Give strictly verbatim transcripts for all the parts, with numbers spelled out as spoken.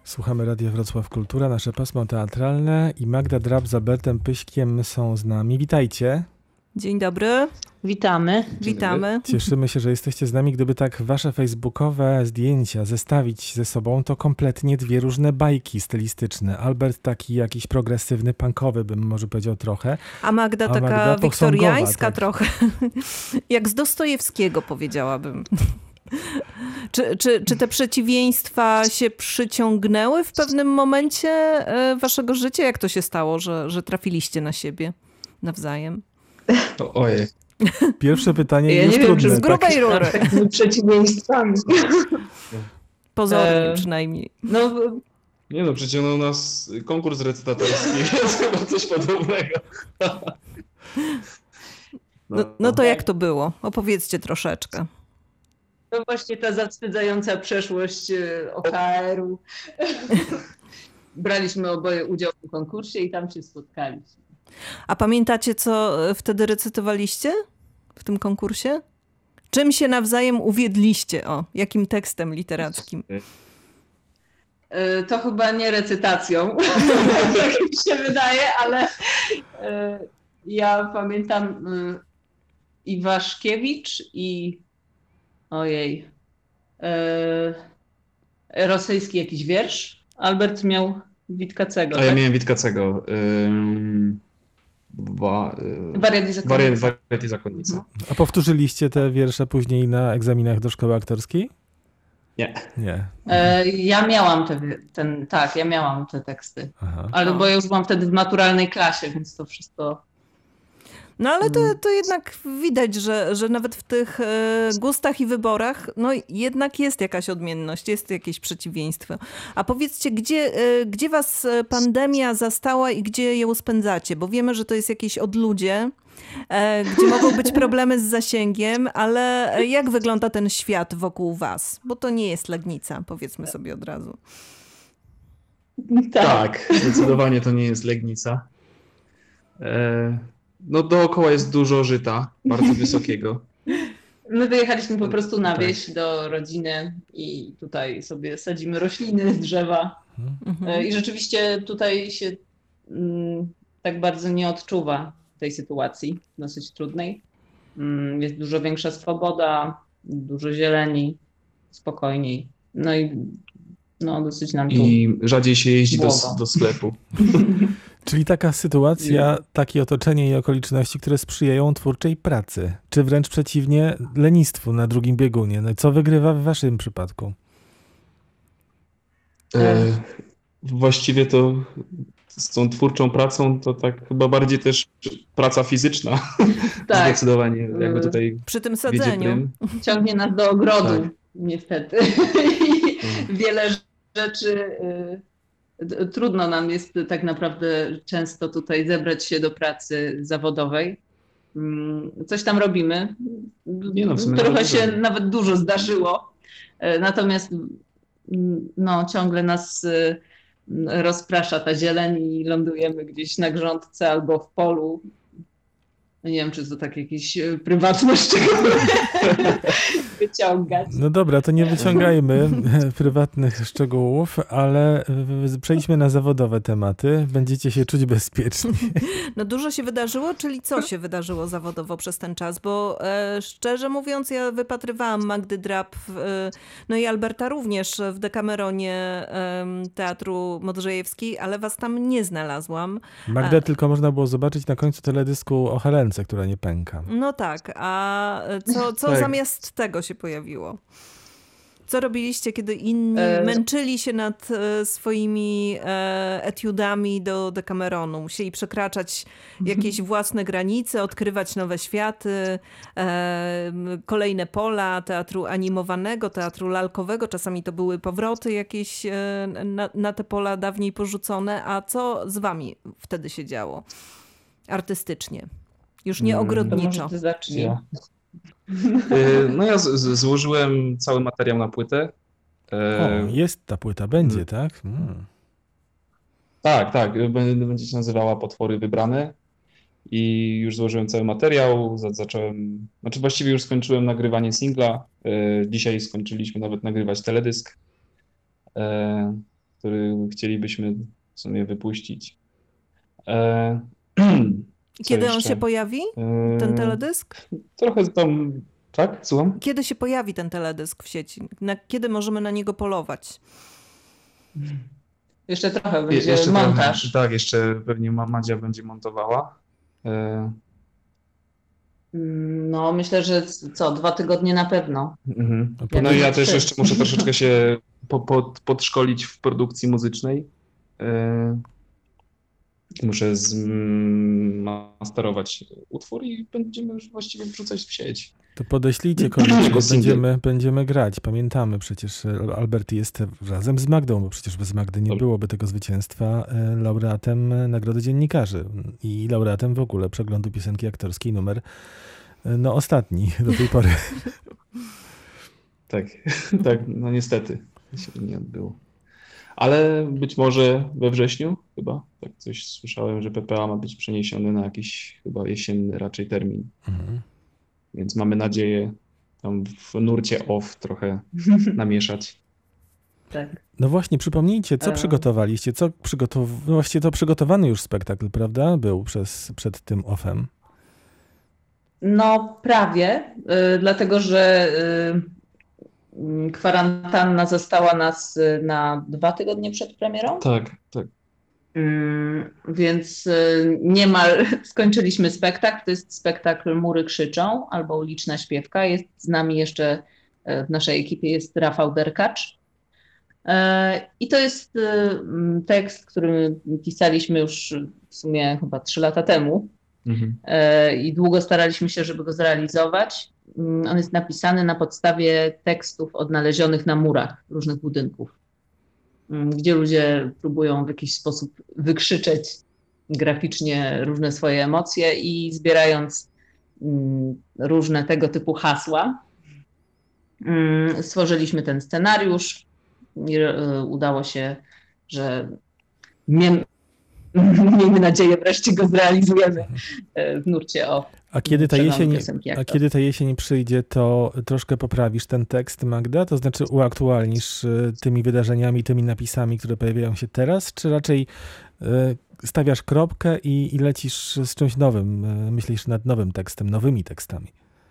Słuchamy Radia Wrocław Kultura, nasze pasmo teatralne i Magda Drab z Albertem Pyśkiem są z nami. Witajcie. Dzień dobry. Witamy. Dzień Witamy. Dobry. Cieszymy się, że jesteście z nami. Gdyby tak wasze facebookowe zdjęcia zestawić ze sobą, to kompletnie dwie różne bajki stylistyczne. Albert taki jakiś progresywny, punkowy, bym może powiedział trochę. A Magda a taka Magda wiktoriańska tak. trochę. Jak z Dostojewskiego, powiedziałabym. Czy, czy, czy te przeciwieństwa się przyciągnęły w pewnym momencie waszego życia? Jak to się stało, że, że trafiliście na siebie nawzajem? O, ojej. Pierwsze pytanie ja jest nie wiem, trudne. czy z grubej tak. rury. Takimi przeciwieństwami. Pozornie E, przynajmniej. No, Nie no, przyciągnął nas konkurs recytatorski, więc chyba coś podobnego. No, no to jak to było? Opowiedzcie troszeczkę. to właśnie ta zawstydzająca przeszłość O H R-u. Braliśmy oboje udział w konkursie i tam się spotkaliśmy. A pamiętacie, co wtedy recytowaliście w tym konkursie? Czym się nawzajem uwiedliście? O, jakim tekstem literackim? To chyba nie recytacją, tak mi się wydaje, ale ja pamiętam Iwaszkiewicz i ojej, rosyjski jakiś wiersz. Albert miał Witkacego. A ja tak? miałem Witkacego. Ym, wa, y, Wariat i zakonnica. Wariat, wariat i zakonnica. A powtórzyliście te wiersze później na egzaminach do szkoły aktorskiej? Nie. Nie. E, ja miałam te, ten, tak, ja miałam te teksty, Aha. ale bo ja już byłam wtedy w maturalnej klasie, więc to wszystko... No ale to, to jednak widać, że, że nawet w tych e, gustach i wyborach, no jednak jest jakaś odmienność, jest jakieś przeciwieństwo. A powiedzcie, gdzie, e, gdzie was pandemia zastała i gdzie ją spędzacie? Bo wiemy, że to jest jakieś odludzie, e, gdzie mogą być problemy z zasięgiem, ale jak wygląda ten świat wokół was? Bo to nie jest Legnica, powiedzmy sobie od razu. Tak, zdecydowanie to nie jest Legnica. E, no dookoła jest dużo żyta, bardzo wysokiego. My wyjechaliśmy po prostu na wieś do rodziny i tutaj sobie sadzimy rośliny, drzewa. Mhm. I rzeczywiście tutaj się mm, tak bardzo nie odczuwa tej sytuacji dosyć trudnej. Mm, jest dużo większa swoboda, dużo zieleni, spokojniej. No i no, dosyć nam tu I rzadziej się jeździ do, błogo. do sklepu. Czyli taka sytuacja, takie otoczenie i okoliczności, które sprzyjają twórczej pracy, czy wręcz przeciwnie lenistwu na drugim biegunie. No i co wygrywa w waszym przypadku? E, właściwie to z tą twórczą pracą to tak chyba bardziej też praca fizyczna. Tak. Zdecydowanie jakby tutaj Przy tym wiedzie sadzeniu. prym. Ciągnie nas do ogrodu, Tak. niestety. I wiele rzeczy y, trudno nam jest tak naprawdę często tutaj zebrać się do pracy zawodowej. Mm, Coś tam robimy. Nie no, w sumie Trochę nawet się dużo. nawet dużo zdarzyło. Y, Natomiast mm, no, ciągle nas y, rozprasza ta zieleń i lądujemy gdzieś na grządce albo w polu. Nie wiem, czy to tak jakieś y, prywatne szczegóły wyciągać. No dobra, to nie wyciągajmy prywatnych szczegółów, ale y, przejdźmy na zawodowe tematy. Będziecie się czuć bezpiecznie. No dużo się wydarzyło, czyli co się wydarzyło zawodowo przez ten czas? Bo e, szczerze mówiąc, ja wypatrywałam Magdy Drab, e, no i Alberta również w Dekameronie e, Teatru Modrzejewskiej, ale was tam nie znalazłam. Magdę A- tylko można było zobaczyć na końcu teledysku o Helence, która nie pęka. No tak, a co, co Tak. zamiast tego się pojawiło? Co robiliście, kiedy inni E, męczyli się nad e, swoimi e, etiudami do Dekameronu? Musieli przekraczać jakieś własne granice, odkrywać nowe światy, e, m, kolejne pola teatru animowanego, teatru lalkowego. Czasami to były powroty jakieś e, na, na te pola dawniej porzucone. A co z wami wtedy się działo artystycznie? Już nie Mm, to To ogrodniczo. może ty zacznij. Ja. Y, No ja z, z, złożyłem cały materiał na płytę. O, E, jest ta płyta, będzie, Hmm. tak? Mm. tak, tak, b- będzie się nazywała Potwory Wybrane i już złożyłem cały materiał, za, zacząłem, znaczy właściwie już skończyłem nagrywanie singla, e, dzisiaj skończyliśmy nawet nagrywać teledysk. E, który chcielibyśmy w sumie wypuścić. E, I co kiedy on jeszcze? się pojawi, E, ten teledysk? Trochę tam, tak, słucham? Kiedy się pojawi ten teledysk w sieci? Na, kiedy możemy na niego polować? Jeszcze trochę Je- będzie jeszcze montaż. Trochę, tak, jeszcze pewnie Ma- Madzia będzie montowała. E, No, myślę, że co, dwa tygodnie na pewno. mhm. Jak No i ja trzy. też jeszcze muszę troszeczkę się po, pod, podszkolić w produkcji muzycznej. E, Muszę zmasterować utwór i będziemy już właściwie wrzucać w sieć. To podeślijcie koniecznie, Tylko singiel. będziemy, będziemy grać. Pamiętamy przecież, e, Albert jest razem z Magdą, bo przecież bez Magdy nie Dobra. byłoby tego zwycięstwa, e, laureatem e, Nagrody Dziennikarzy i laureatem w ogóle przeglądu piosenki aktorskiej numer e, no ostatni do tej pory. Tak, tak, no niestety się nie odbyło. Ale być może we wrześniu chyba, tak coś słyszałem, że P P A ma być przeniesiony na jakiś chyba jesienny raczej termin. Mhm. Więc mamy nadzieję tam w nurcie off trochę namieszać. Tak. No właśnie, przypomnijcie, co E. przygotowaliście, co przygotow... no właściwie to przygotowany już spektakl, prawda? Był przez, przed tym offem. No, prawie, y, dlatego że y, y, kwarantanna zastała nas y, na dwa tygodnie przed premierą. Tak, tak. Mm, Więc y, niemal skończyliśmy spektakl. To jest spektakl Mury krzyczą albo Uliczna śpiewka. Jest z nami jeszcze y, w naszej ekipie jest Rafał Derkacz. Y, I to jest y, mm, tekst, który pisaliśmy już w sumie chyba trzy lata temu. Mhm. Y, I długo staraliśmy się, żeby go zrealizować. Mm, On jest napisany na podstawie tekstów odnalezionych na murach różnych budynków, gdzie ludzie próbują w jakiś sposób wykrzyczeć graficznie różne swoje emocje i zbierając mm, różne tego typu hasła, mm, stworzyliśmy ten scenariusz i e, udało się, że mie- miejmy nadzieję, wreszcie go zrealizujemy e, w nurcie o A kiedy ta przeglądu jesień, piosenki a aktorskiej. kiedy ta jesień przyjdzie, to troszkę poprawisz ten tekst, Magda? To znaczy uaktualnisz y, tymi wydarzeniami, tymi napisami, które pojawiają się teraz, czy raczej y, stawiasz kropkę i, i lecisz z czymś nowym, y, myślisz nad nowym tekstem, nowymi tekstami?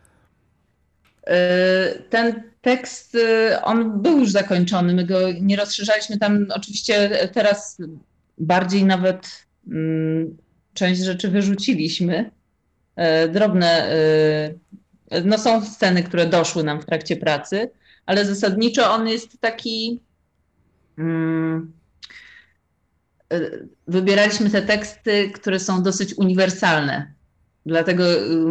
Ten tekst, on był już zakończony, my go nie rozszerzaliśmy tam, oczywiście teraz bardziej nawet mm, część rzeczy wyrzuciliśmy, e, drobne, e, no są sceny, które doszły nam w trakcie pracy, ale zasadniczo on jest taki, mm, e, wybieraliśmy te teksty, które są dosyć uniwersalne, dlatego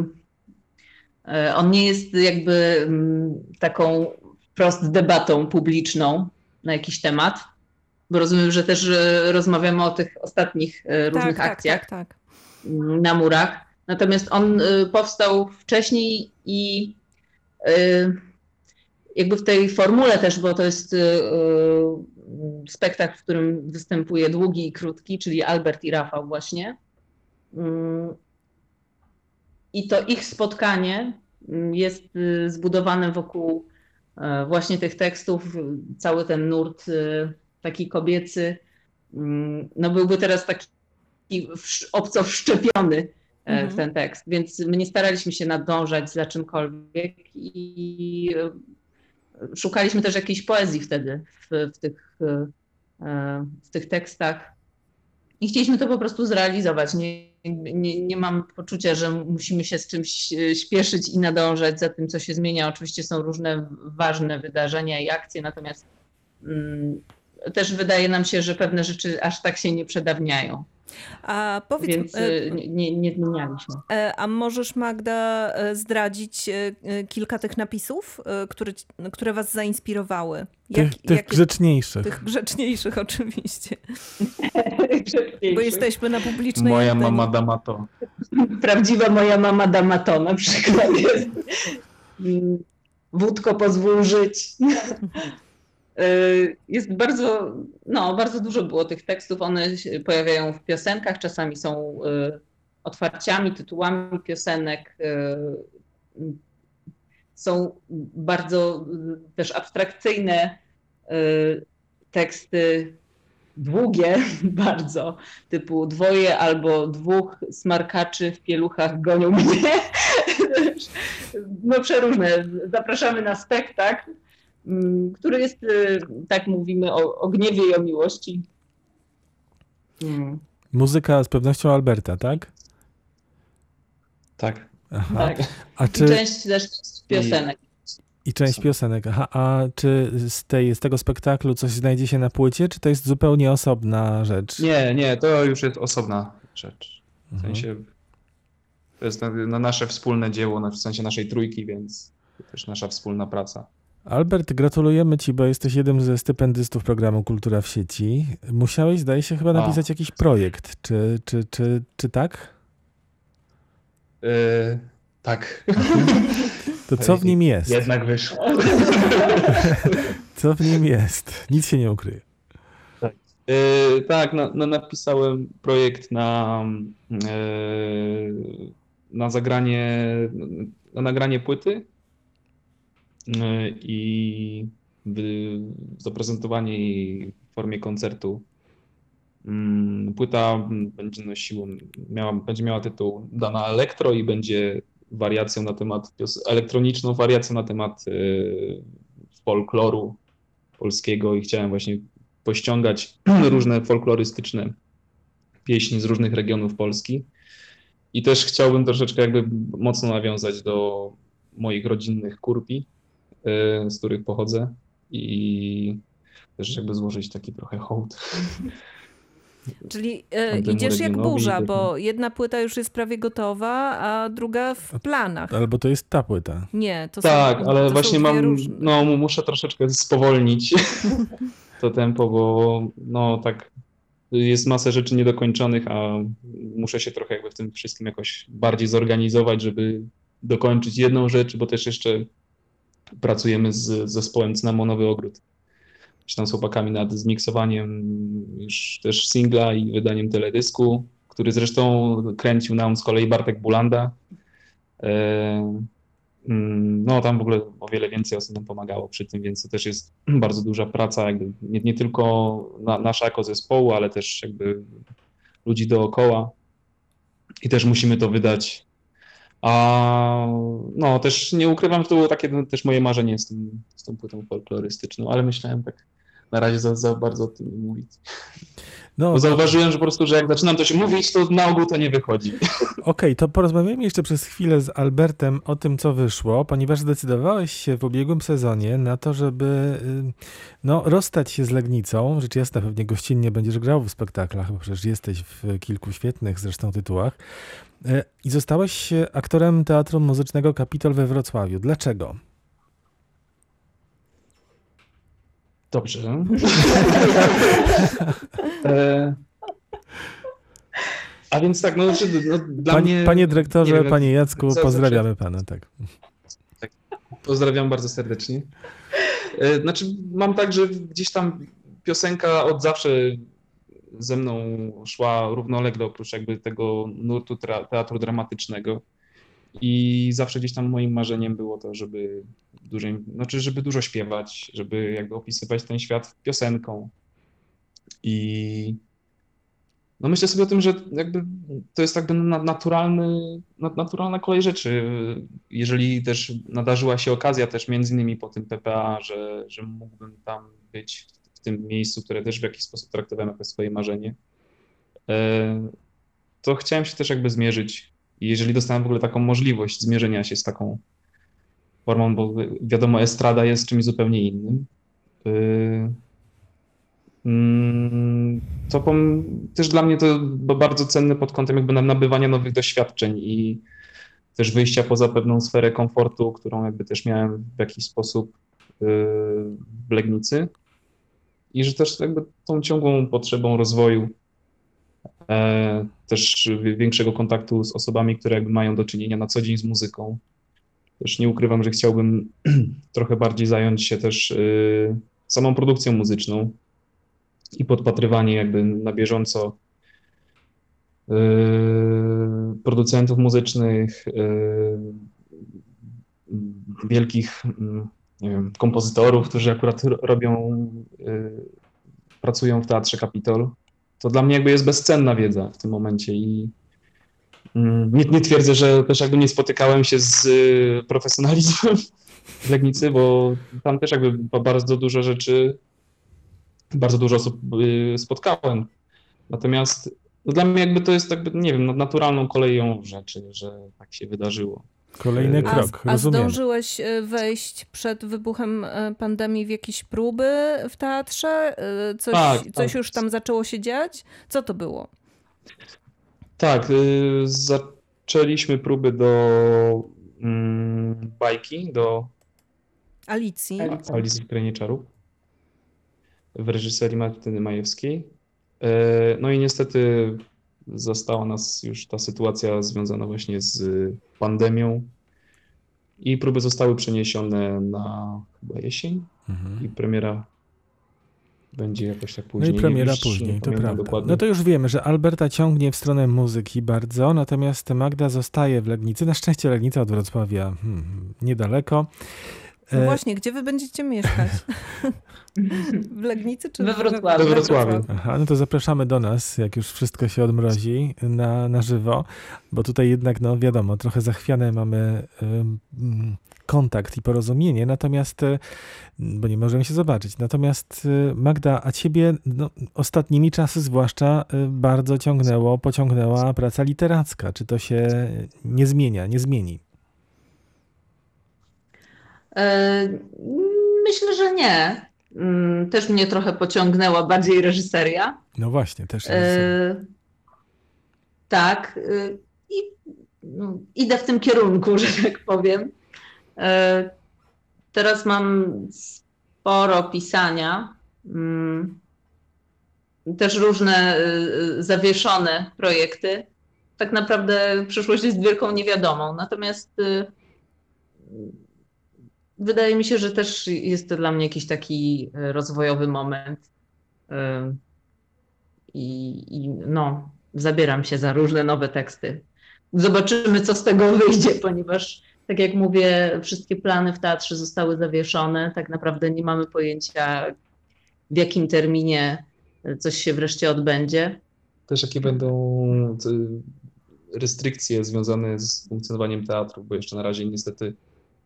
on nie jest jakby mm, taką wprost debatą publiczną na jakiś temat, bo rozumiem, że też e, rozmawiamy o tych ostatnich e, różnych tak, akcjach tak, tak, tak. mm, na murach. Natomiast on e, powstał wcześniej i e, jakby w tej formule też, bo to jest e, e, spektakl, w którym występuje długi i krótki, czyli Albert i Rafał właśnie. Mm, I to ich spotkanie jest zbudowane wokół właśnie tych tekstów. Cały ten nurt taki kobiecy, no byłby teraz taki obco wszczepiony Mhm. w ten tekst, więc my nie staraliśmy się nadążać za czymkolwiek i szukaliśmy też jakiejś poezji wtedy w, w, tych, w tych tekstach. I chcieliśmy to po prostu zrealizować. Nie, nie, nie mam poczucia, że musimy się z czymś śpieszyć i nadążać za tym, co się zmienia. Oczywiście są różne ważne wydarzenia i akcje, natomiast mm, też wydaje nam się, że pewne rzeczy aż tak się nie przedawniają. A powiedz, Więc e, nie, nie zmienialiśmy. e, a możesz, Magda, e, zdradzić e, e, kilka tych napisów, e, które, ci- które was zainspirowały? Tych, tych jakie- grzeczniejszych. tych grzeczniejszych oczywiście, bo Bo jesteśmy na publicznej Moja antenie. mama dama to. Prawdziwa moja mama dama to na przykład jest. Wódko, pozwól żyć. Jest bardzo, no, bardzo dużo było tych tekstów. One się pojawiają w piosenkach, czasami są y, otwarciami, tytułami piosenek. Y, są bardzo y, też abstrakcyjne y, teksty, długie bardzo, typu dwoje albo dwóch smarkaczy w pieluchach gonią mnie. No przeróżne. Zapraszamy na spektakl, który jest, tak mówimy, o, o gniewie i o miłości. Hmm. Muzyka z pewnością Alberta, tak? Tak. Aha. Tak. A czy... I część też piosenek. I część piosenek. Aha, a czy z, tej, z tego spektaklu coś znajdzie się na płycie, czy to jest zupełnie osobna rzecz? Nie, nie, to już jest osobna rzecz. W Mhm. sensie to jest na, na nasze wspólne dzieło, na, w sensie naszej trójki, więc to też nasza wspólna praca. Albert, gratulujemy Ci, bo jesteś jednym ze stypendystów programu Kultura w sieci. Musiałeś, zdaje się, chyba napisać A. jakiś projekt. Czy, czy, czy, czy tak? Yy, tak. To co w nim jest? Jednak wyszło. Co w nim jest? Nic się nie ukryje. Yy, tak, no, no, napisałem projekt na, yy, na zagranie, na nagranie płyty yy, i wy- zaprezentowanie jej w formie koncertu. Yy, płyta będzie nosiła, miała, będzie miała tytuł Dana Elektro i będzie wariacją na temat, elektroniczną wariacją na temat yy, folkloru polskiego i chciałem właśnie pościągać różne folklorystyczne pieśni z różnych regionów Polski. I też chciałbym troszeczkę jakby mocno nawiązać do moich rodzinnych kurpi, y, z których pochodzę i też jakby złożyć taki trochę hołd. Czyli e, Tamtemu idziesz jak regionowi, burza, tak. bo jedna płyta już jest prawie gotowa, a druga w planach. Albo to jest ta płyta. Nie, to Tak, są, ale to właśnie są dwie mam, różne. no muszę troszeczkę spowolnić to tempo, bo no tak jest masę rzeczy niedokończonych, a muszę się trochę jakby w tym wszystkim jakoś bardziej zorganizować, żeby dokończyć jedną rzecz, bo też jeszcze pracujemy z zespołem Cynamonowy Ogród. Czy tam z chłopakami nad zmiksowaniem już też singla i wydaniem teledysku, który zresztą kręcił nam z kolei Bartek Bulanda. E, No tam w ogóle o wiele więcej osób nam pomagało przy tym, więc to też jest bardzo duża praca, jakby nie, nie tylko na, nasza jako zespołu, ale też jakby ludzi dookoła i też musimy to wydać. A no też nie ukrywam, że to było takie no, też moje marzenie z, tym, z tą płytą folklorystyczną, ale myślałem tak na razie za, za bardzo o tym nie mówić. No, Bo zauważyłem, że po prostu, że jak zaczynam coś mówić, to na ogół to nie wychodzi. Okej, okay, to porozmawiamy jeszcze przez chwilę z Albertem o tym, co wyszło, ponieważ zdecydowałeś się w ubiegłym sezonie na to, żeby no, rozstać się z Legnicą. Rzecz jasna, pewnie gościnnie będziesz grał w spektaklach, bo przecież jesteś w kilku świetnych zresztą tytułach. I zostałeś aktorem Teatru Muzycznego Kapitol we Wrocławiu. Dlaczego? Dobrze. e, a więc tak, no, no dla Panie, mnie... panie dyrektorze, wiem, panie Jacku, co- pozdrawiamy pana. Tak. Tak, pozdrawiam bardzo serdecznie. E, Znaczy, mam tak, że gdzieś tam piosenka od zawsze ze mną szła równolegle, oprócz jakby tego nurtu tra- teatru dramatycznego. I zawsze gdzieś tam moim marzeniem było to, żeby dużo, znaczy, żeby dużo śpiewać, żeby jakby opisywać ten świat piosenką. I no myślę sobie o tym, że jakby to jest jakby na- naturalny, na- naturalna kolej rzeczy. Jeżeli też nadarzyła się okazja też między innymi po tym P P A, że, że mógłbym tam być w tym miejscu, które też w jakiś sposób traktowałem jako swoje marzenie, e, to chciałem się też jakby zmierzyć. I jeżeli dostałem w ogóle taką możliwość zmierzenia się z taką formą, bo wiadomo, estrada jest czymś zupełnie innym, yy, mm, to pom- też dla mnie to b- bardzo cenne pod kątem jakby nabywania nowych doświadczeń i też wyjścia poza pewną sferę komfortu, którą jakby też miałem w jakiś sposób yy, w Legnicy. I że też jakby tą ciągłą potrzebą rozwoju, e, też większego kontaktu z osobami, które jakby mają do czynienia na co dzień z muzyką. Też nie ukrywam, że chciałbym trochę bardziej zająć się też y, samą produkcją muzyczną i podpatrywanie jakby na bieżąco y, producentów muzycznych, y, wielkich, y, nie wiem, kompozytorów, którzy akurat ro- robią y, pracują w Teatrze Kapitol, to dla mnie jakby jest bezcenna wiedza w tym momencie i nie, nie twierdzę, że też jakby nie spotykałem się z profesjonalizmem w Legnicy, bo tam też jakby bardzo dużo rzeczy, bardzo dużo osób spotkałem. Natomiast no dla mnie jakby to jest jakby, nie wiem, naturalną koleją rzeczy, że tak się wydarzyło. Kolejny a, krok, a rozumiem. zdążyłeś wejść przed wybuchem pandemii w jakieś próby w teatrze? Coś, tak, coś tak. już tam zaczęło się dziać? Co to było? Tak, y, zaczęliśmy próby do mm, bajki, do Alicji. Alicja. Alicji w Krainie Czarów w reżyserii Martyny Majewskiej. Y, no i niestety zastała nas już ta sytuacja związana właśnie z pandemią i próby zostały przeniesione na chyba jesień Mhm. i premiera będzie jakoś tak No później. i premiera Już później, nie to pamiętam prawda. dokładnie. No to już wiemy, że Alberta ciągnie w stronę muzyki bardzo, natomiast Magda zostaje w Legnicy. Na szczęście Legnica od Wrocławia hmm, niedaleko. No E, właśnie, gdzie wy będziecie mieszkać? W Legnicy czy We Wrocławiu. We Wrocławiu. Aha, no to zapraszamy do nas, jak już wszystko się odmrozi na, na żywo, bo tutaj jednak, no wiadomo, trochę zachwiane mamy ym, kontakt i porozumienie, natomiast, y, bo nie możemy się zobaczyć. Natomiast y, Magda, a ciebie no, ostatnimi czasy zwłaszcza y, bardzo ciągnęło, pociągnęła praca literacka. Czy to się nie zmienia, nie zmieni? Myślę, że nie. Też mnie trochę pociągnęła bardziej reżyseria. No właśnie, też jest. E, tak. I no, idę w tym kierunku, że tak powiem. E, teraz mam sporo pisania. Też różne zawieszone projekty. Tak naprawdę przyszłość jest wielką niewiadomą. Natomiast wydaje mi się, że też jest to dla mnie jakiś taki rozwojowy moment i, i no, zabieram się za różne nowe teksty. Zobaczymy, co z tego wyjdzie, ponieważ tak jak mówię, wszystkie plany w teatrze zostały zawieszone. Tak naprawdę nie mamy pojęcia, w jakim terminie coś się wreszcie odbędzie. Też jakie będą restrykcje związane z funkcjonowaniem teatru, bo jeszcze na razie niestety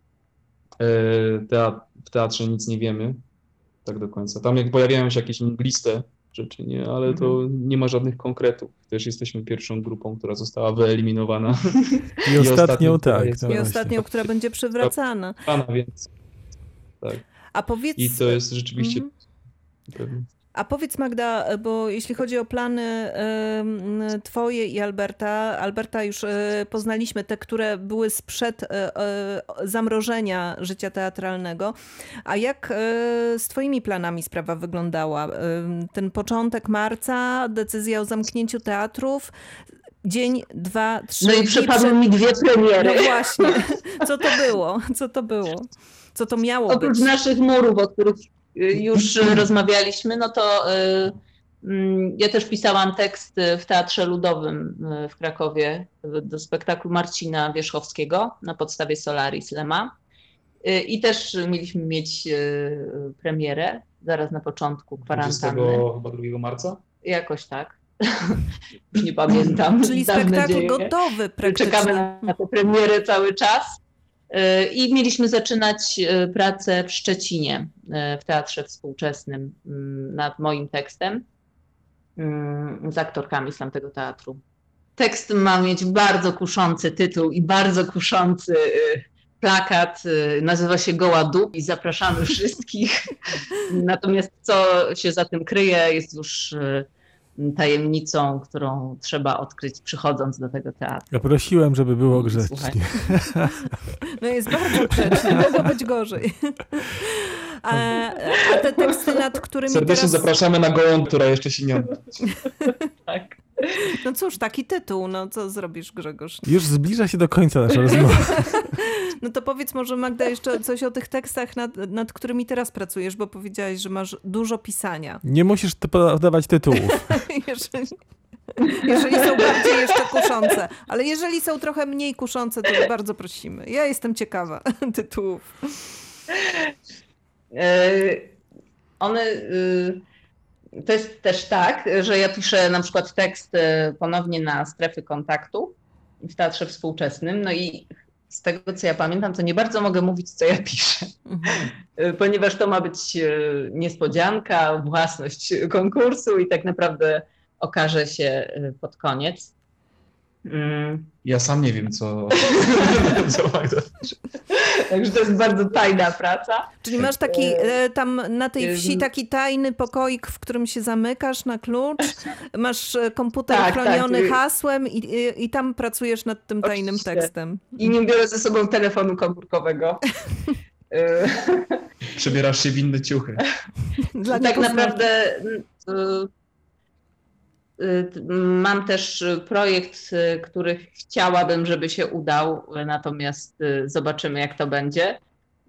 w teatrze nic nie wiemy tak do końca. Tam jak pojawiają się jakieś mgliste rzeczy, nie, ale to nie ma żadnych konkretów. Też jesteśmy pierwszą grupą, która została wyeliminowana. I, I ostatnią, ostatnią, tak. jest, no I właśnie. ostatnią, która będzie przywracana. Więc, tak. A powiedz... I to jest rzeczywiście... Mhm. A powiedz Magda, bo jeśli chodzi o plany y, twoje i Alberta, Alberta już y, poznaliśmy, te, które były sprzed y, y, zamrożenia życia teatralnego, a jak y, z twoimi planami sprawa wyglądała? Y, ten początek marca, decyzja o zamknięciu teatrów, dzień, dwa, trzy... No i przepadły mi dwie premiery. No właśnie, co to było? Co to było? Co to miało Oprócz być? naszych murów, o których już rozmawialiśmy, no to ja też pisałam tekst w Teatrze Ludowym w Krakowie do spektaklu Marcina Wierzchowskiego na podstawie Solaris Lema. I też mieliśmy mieć premierę zaraz na początku kwarantanny. dwudziestego marca? Jakoś tak. Już nie pamiętam. Czyli spektakl dzieje. Gotowy praktycznie. Czekamy na, na tę premierę cały czas. I mieliśmy zaczynać pracę w Szczecinie, w Teatrze Współczesnym nad moim tekstem z aktorkami z tamtego teatru. Tekst ma mieć bardzo kuszący tytuł i bardzo kuszący plakat. Nazywa się Goła Dup i zapraszamy wszystkich. Natomiast co się za tym kryje, jest już tajemnicą, którą trzeba odkryć przychodząc do tego teatru. Ja prosiłem, żeby było grzecznie. Słuchaj. No jest bardzo grzecznie, mogło być gorzej. A, a te teksty, nad którymi Serdecznie teraz... zapraszamy na Gołą, która jeszcze się nie odbyła. Tak. No cóż, taki tytuł, no co zrobisz, Grzegorz? Już zbliża się do końca nasza rozmowa. No to powiedz może, Magda, jeszcze coś o tych tekstach, nad, nad którymi teraz pracujesz, bo powiedziałaś, że masz dużo pisania. Nie musisz podawać tytułów. jeżeli, jeżeli są bardziej jeszcze kuszące. Ale jeżeli są trochę mniej kuszące, to bardzo prosimy. Ja jestem ciekawa tytułów. Yy, one... Yy... to jest też tak, że ja piszę na przykład tekst ponownie na strefy kontaktu w Teatrze Współczesnym, no i z tego, co ja pamiętam, to nie bardzo mogę mówić, co ja piszę, mhm. ponieważ to ma być niespodzianka, własność konkursu i tak naprawdę okaże się pod koniec. Mm. Ja sam nie wiem, co, co Magda pisze. Także to jest bardzo tajna praca. Czyli masz taki tam na tej wsi taki tajny pokoik, w którym się zamykasz na klucz, masz komputer tak, chroniony tak. hasłem i, i, i tam pracujesz nad tym tajnym Oczywiście. tekstem. I nie biorę ze sobą telefonu komórkowego. Przebierasz się w inne ciuchy. Dla tak naprawdę mam też projekt, który chciałabym, żeby się udał, natomiast zobaczymy, jak to będzie.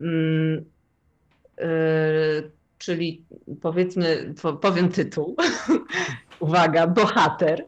Czyli powiedzmy, powiem tytuł. Uwaga, bohater.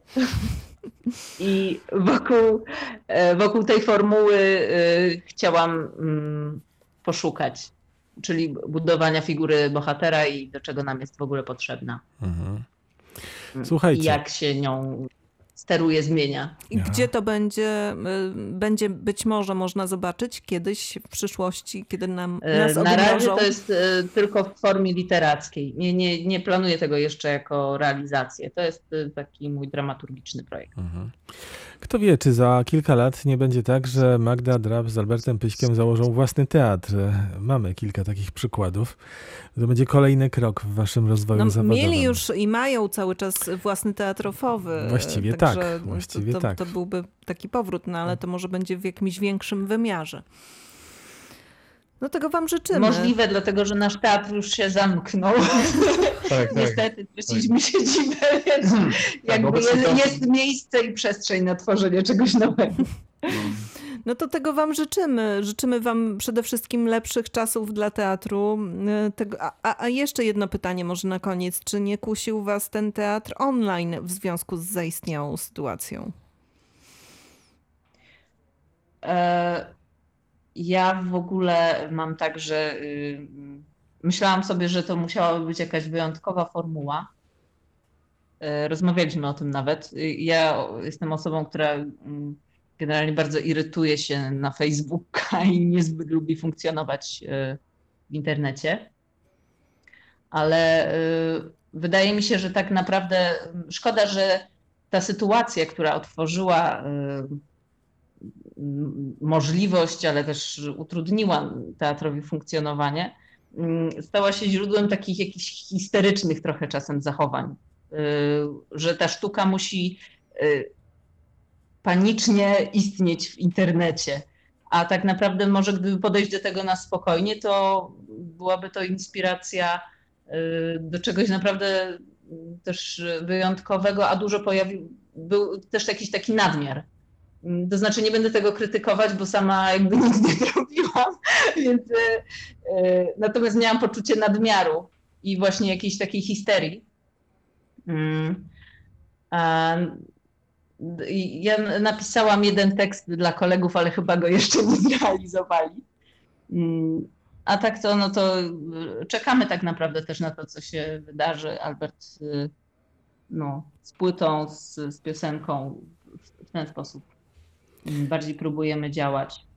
I wokół, wokół tej formuły chciałam poszukać, czyli budowania figury bohatera i do czego nam jest w ogóle potrzebna. Mhm. Słuchajcie. I jak się nią steruje, zmienia. I ja. Gdzie to będzie, będzie być może można zobaczyć kiedyś w przyszłości, kiedy nam nas Na razie to jest tylko w formie literackiej. Nie, nie, nie planuję tego jeszcze jako realizację. To jest taki mój dramaturgiczny projekt. Mhm. Kto wie, czy za kilka lat nie będzie tak, że Magda Drab z Albertem Pyśkiem założą własny teatr. Mamy kilka takich przykładów. To będzie kolejny krok w waszym rozwoju no, zawodowym. Mieli już i mają cały czas własny teatr ofowy. Właściwie tak. Właściwie to, tak. To byłby taki powrót, no ale to może będzie w jakimś większym wymiarze. No tego wam życzymy. Możliwe, dlatego że nasz teatr już się zamknął. Tak, Niestety traciliśmy tak. siedzibę, więc hmm, jakby tak, jest, jest miejsce i przestrzeń na tworzenie czegoś nowego. No to tego wam życzymy. Życzymy wam przede wszystkim lepszych czasów dla teatru. Tego, a, a jeszcze jedno pytanie może na koniec. Czy nie kusił was ten teatr online w związku z zaistniałą sytuacją? E- Ja w ogóle mam tak, że y, myślałam sobie, że to musiałaby być jakaś wyjątkowa formuła. Y, rozmawialiśmy o tym nawet. Y, ja jestem osobą, która y, generalnie bardzo irytuje się na Facebooka i niezbyt lubi funkcjonować y, w internecie. Ale y, wydaje mi się, że tak naprawdę szkoda, że ta sytuacja, która otworzyła y, możliwość, ale też utrudniła teatrowi funkcjonowanie, stała się źródłem takich jakichś histerycznych trochę czasem zachowań, że ta sztuka musi panicznie istnieć w internecie, a tak naprawdę może gdyby podejść do tego na spokojnie, to byłaby to inspiracja do czegoś naprawdę też wyjątkowego, a dużo pojawił, był też jakiś taki nadmiar. To znaczy nie będę tego krytykować, bo sama jakby nic nie robiłam, więc yy, natomiast miałam poczucie nadmiaru i właśnie jakiejś takiej histerii. Yy, yy, ja napisałam jeden tekst dla kolegów, ale chyba go jeszcze nie zrealizowali. Yy, a tak to, no to czekamy tak naprawdę też na to, co się wydarzy. Albert yy, no, z płytą, z, z piosenką w, w ten sposób. Bardziej próbujemy działać.